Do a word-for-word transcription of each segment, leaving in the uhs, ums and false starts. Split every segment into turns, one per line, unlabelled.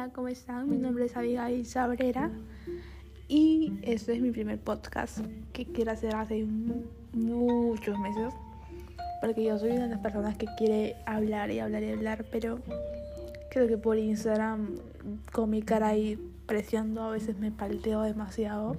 Hola, ¿cómo están? Mi nombre es Abigail Sabrera y este es mi primer podcast que quiero hacer hace mu- muchos meses, porque yo soy una de las personas que quiere hablar y hablar y hablar, pero creo que por Instagram, con mi cara ahí preciando, a veces me palteo demasiado.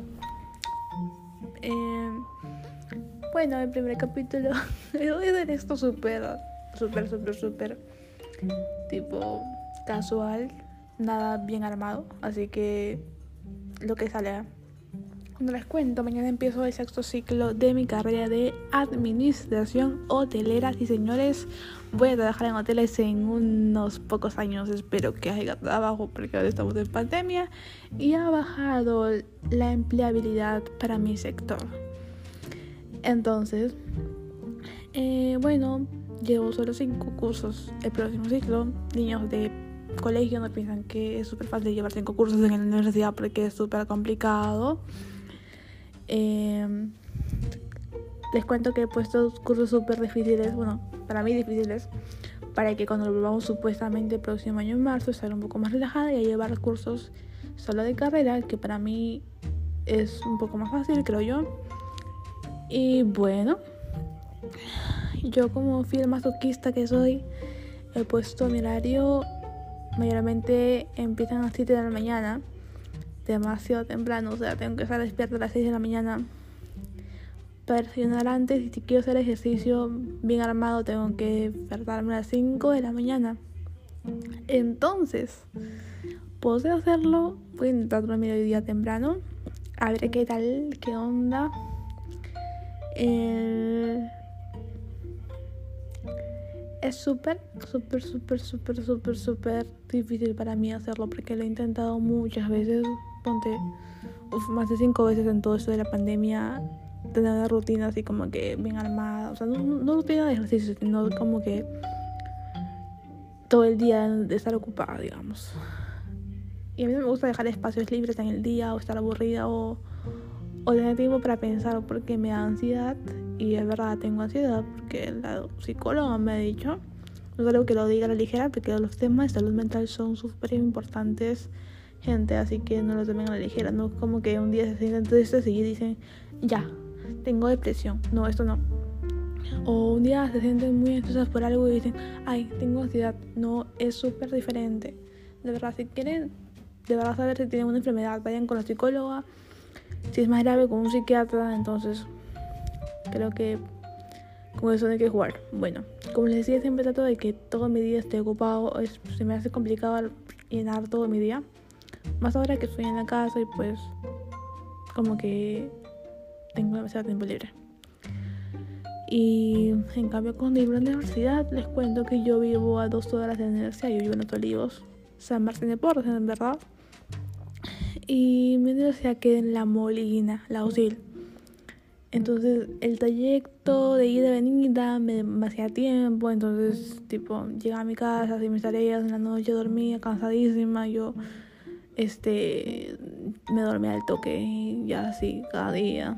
Eh, bueno, el primer capítulo voy a hacer esto súper, súper, súper, súper tipo casual, nada bien armado, así que lo que salga. Cuando les cuento, mañana empiezo el sexto ciclo de mi carrera de administración hotelera. Y señores, voy a trabajar en hoteles en unos pocos años. Espero que haya trabajo porque ahora estamos en pandemia y ha bajado la empleabilidad para mi sector. Entonces, eh, bueno, llevo solo cinco cursos el próximo ciclo. Niños de colegio no piensan que es súper fácil llevar cinco cursos en la universidad porque es súper complicado. Eh, les cuento que he puesto cursos súper difíciles, bueno, para mí difíciles, para que cuando volvamos supuestamente el próximo año en marzo estar un poco más relajada y a llevar cursos solo de carrera, que para mí es un poco más fácil, creo yo. Y bueno, yo como fiel masoquista que soy, he puesto mi horario, mayormente empiezan a las siete de la mañana, demasiado temprano, o sea, tengo que estar despierta a las seis de la mañana para desayunar antes, y si quiero hacer ejercicio bien armado tengo que despertarme a las cinco de la mañana. Entonces, puedo hacerlo, voy a intentar dormir hoy día temprano, a ver qué tal, qué onda. El... Es súper, súper, súper, súper, súper, súper difícil para mí hacerlo porque lo he intentado muchas veces. Ponte, uf, más de cinco veces en todo esto de la pandemia, tener una rutina así como que bien armada. O sea, no, no rutina de ejercicio, sino como que todo el día de estar ocupada, digamos. Y a mí no me gusta dejar espacios libres en el día o estar aburrida o, o tener tiempo para pensar porque me da ansiedad. Y es verdad, tengo ansiedad porque la psicóloga me ha dicho, no es algo que lo diga a la ligera, porque los temas de salud mental son súper importantes, gente, así que no lo tomen a la ligera. No es como que un día se sienten tristes y dicen, ya, tengo depresión. No, esto no. O un día se sienten muy ansiosas por algo y dicen, ay, tengo ansiedad. No, es súper diferente. De verdad, si quieren de verdad saber si tienen una enfermedad, vayan con la psicóloga. Si es más grave, con un psiquiatra. Entonces creo que con eso no hay que jugar. Bueno, como les decía, siempre trato de que todo mi día esté ocupado. Es, se me hace complicado llenar todo mi día, más ahora que estoy en la casa y pues como que tengo demasiado tiempo libre. Y en cambio, cuando vivo en la universidad, les cuento que yo vivo a dos horas de la universidad. Yo vivo en Los Olivos, San Martín de Porres, en verdad. Y mi universidad queda en La Molina, La Usil. Entonces el trayecto de ida y venida me, me hacía tiempo. Entonces tipo llegaba a mi casa, hacía mis tareas en la noche, dormía cansadísima. Yo este me dormía al toque y ya así cada día.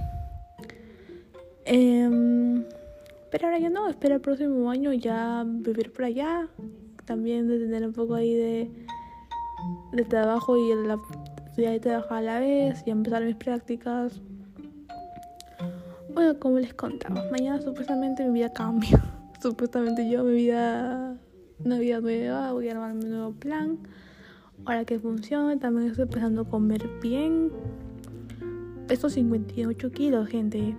Eh, pero ahora ya no, espero el próximo año ya vivir por allá. También de tener un poco ahí de, de trabajo y la estudiar y trabajar a la vez y empezar mis prácticas. Bueno, como les contaba, mañana supuestamente mi vida cambia. Supuestamente yo, mi vida, una vida nueva, voy a armar mi nuevo plan. Ahora que funcione, también estoy empezando a comer bien. Peso cincuenta y ocho kilos, gente.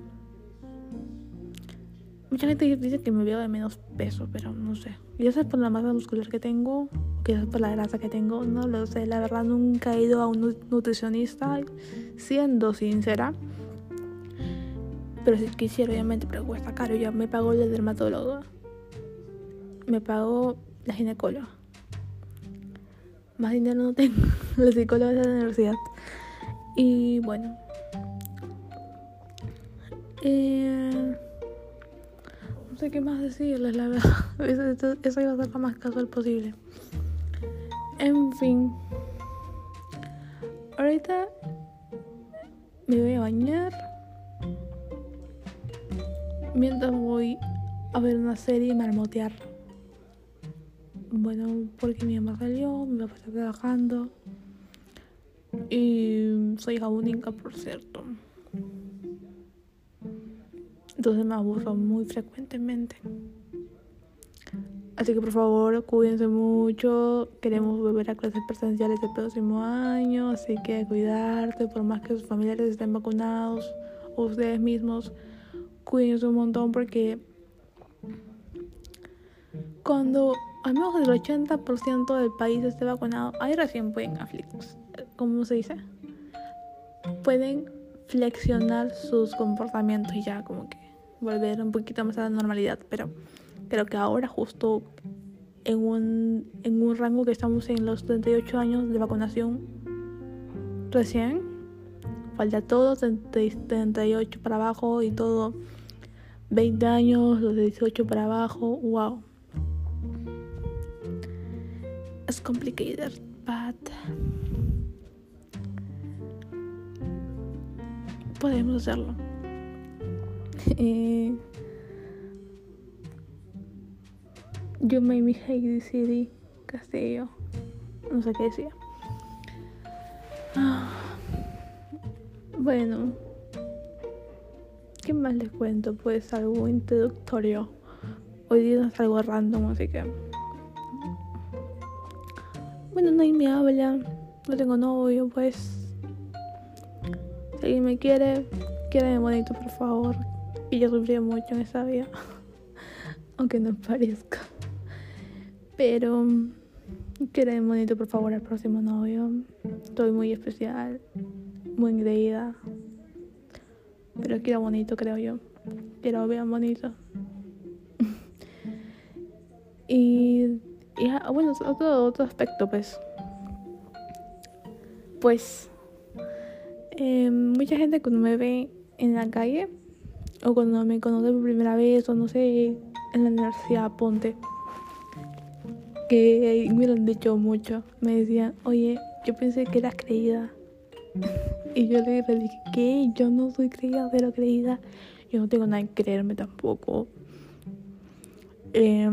Mucha gente dice que me veo de menos peso, pero no sé. Quizás es por la masa muscular que tengo, quizás por la grasa que tengo, no lo sé. La verdad, nunca he ido a un nutricionista, siendo sincera. Pero si quisiera, obviamente, pero cuesta caro. Ya me pagó el dermatólogo, me pagó la ginecóloga. Más dinero no tengo. La psicóloga de la universidad. Y bueno, eh, no sé qué más decirles, la verdad. Eso, eso iba a ser lo más casual posible. En fin, ahorita me voy a bañar mientras voy a ver una serie y marmotear. bueno, porque mi mamá salió, mi papá está trabajando y soy hija única, por cierto. Entonces me aburro muy frecuentemente. Así que por favor, cuídense mucho. Queremos volver a clases presenciales el próximo año, así que cuidarte, por más que sus familiares estén vacunados o ustedes mismos, cuídense un montón porque cuando al menos el ochenta por ciento del país esté vacunado, ahí recién pueden aflictos, ¿cómo se dice? Pueden flexionar sus comportamientos y ya como que volver un poquito más a la normalidad, pero creo que ahora justo en un, en un rango que estamos en los treinta y ocho años de vacunación recién, falta todo treinta y ocho para abajo y todo veinte años, los dieciocho para abajo, wow. It's complicated, but podemos hacerlo. eh, You made me hate the city, Castillo. No sé qué decía. Ah, bueno, ¿qué más les cuento? Pues algo introductorio. Hoy día es algo random, así que bueno, nadie me habla. No tengo novio, pues si alguien me quiere, quiéreme bonito, por favor. Y yo sufrí mucho en esa vida, aunque no parezca. Pero quiéreme bonito, por favor, al próximo novio. Estoy muy especial, muy engreída, pero quiero bonito, creo yo. Quiero ver bonito. y, y bueno, otro, otro aspecto, pues. Pues eh, mucha gente cuando me ve en la calle o cuando me conoce por primera vez o no sé, en la universidad, ponte, que me lo han dicho mucho, me decían, oye, yo pensé que eras creída. Y yo le dije, ¿qué? Yo no soy creída, pero creída. Yo no tengo nada que creerme tampoco. Eh,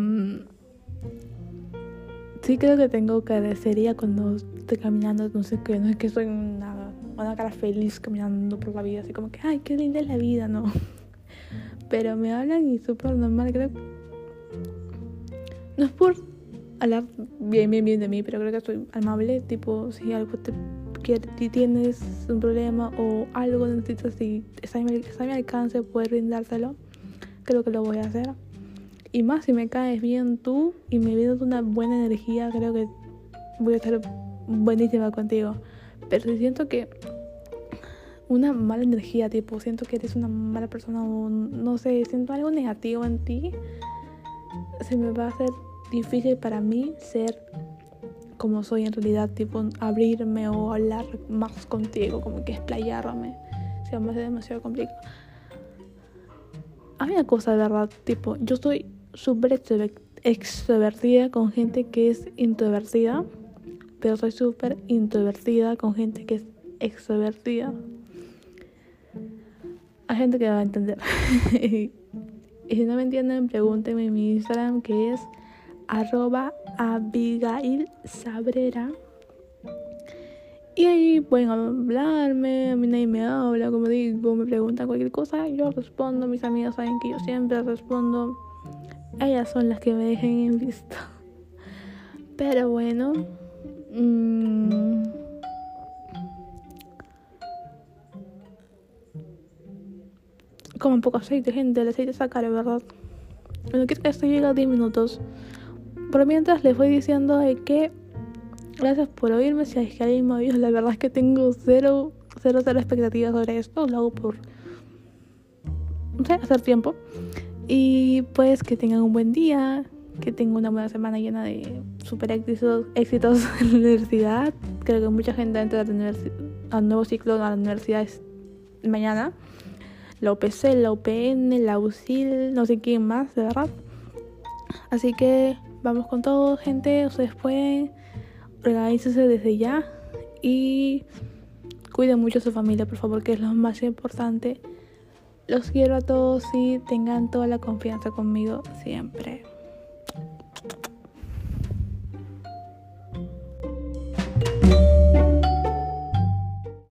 sí creo que tengo carecería cuando estoy caminando, no sé qué, no es que soy una, una cara feliz caminando por la vida, así como que, ay, qué linda es la vida, no. Pero me hablan y súper normal, creo. No es por hablar bien, bien, bien de mí, pero creo que soy amable, tipo, si algo te quiere, si tienes un problema o algo necesitas, si está a mi, está a mi alcance poder brindártelo, creo que lo voy a hacer. Y más si me caes bien tú y me vienes una buena energía, creo que voy a estar buenísima contigo. Pero si siento que una mala energía, tipo, siento que eres una mala persona o no sé, siento algo negativo en ti, se me va a hacer difícil para mí ser como soy en realidad, tipo, abrirme o hablar más contigo, como que explayarme. Se me hace demasiado complicado. Hay una cosa de verdad, tipo, yo soy súper extrovertida con gente que es introvertida, pero soy súper introvertida con gente que es extrovertida. Hay gente que va a entender. Y si no me entienden, pregúntenme en mi Instagram, que es arroba Abigail Sabrera. Y ahí pueden hablarme, a mí nadie me habla, como digo, me preguntan cualquier cosa, yo respondo, mis amigas saben que yo siempre respondo, ellas son las que me dejan en visto. Pero bueno, mmm, como un poco aceite, gente, el aceite está caro, ¿verdad? Bueno, creo que esto llega a diez minutos. Por mientras les voy diciendo de que gracias por oírme. Si es que alguien me oído, la verdad es que tengo cero, cero, cero expectativas sobre esto. Lo hago por, no sé, hacer tiempo. Y pues que tengan un buen día, que tengan una buena semana llena de super éxitos, éxitos en la universidad. Creo que mucha gente entra al nuevo ciclo a la universidad mañana. La U P C, la U P N, la U S I L, no sé quién más, de verdad. Así que vamos con todo, gente. Ustedes pueden. Organícense desde ya y cuiden mucho a su familia, por favor, que es lo más importante. Los quiero a todos y tengan toda la confianza conmigo siempre.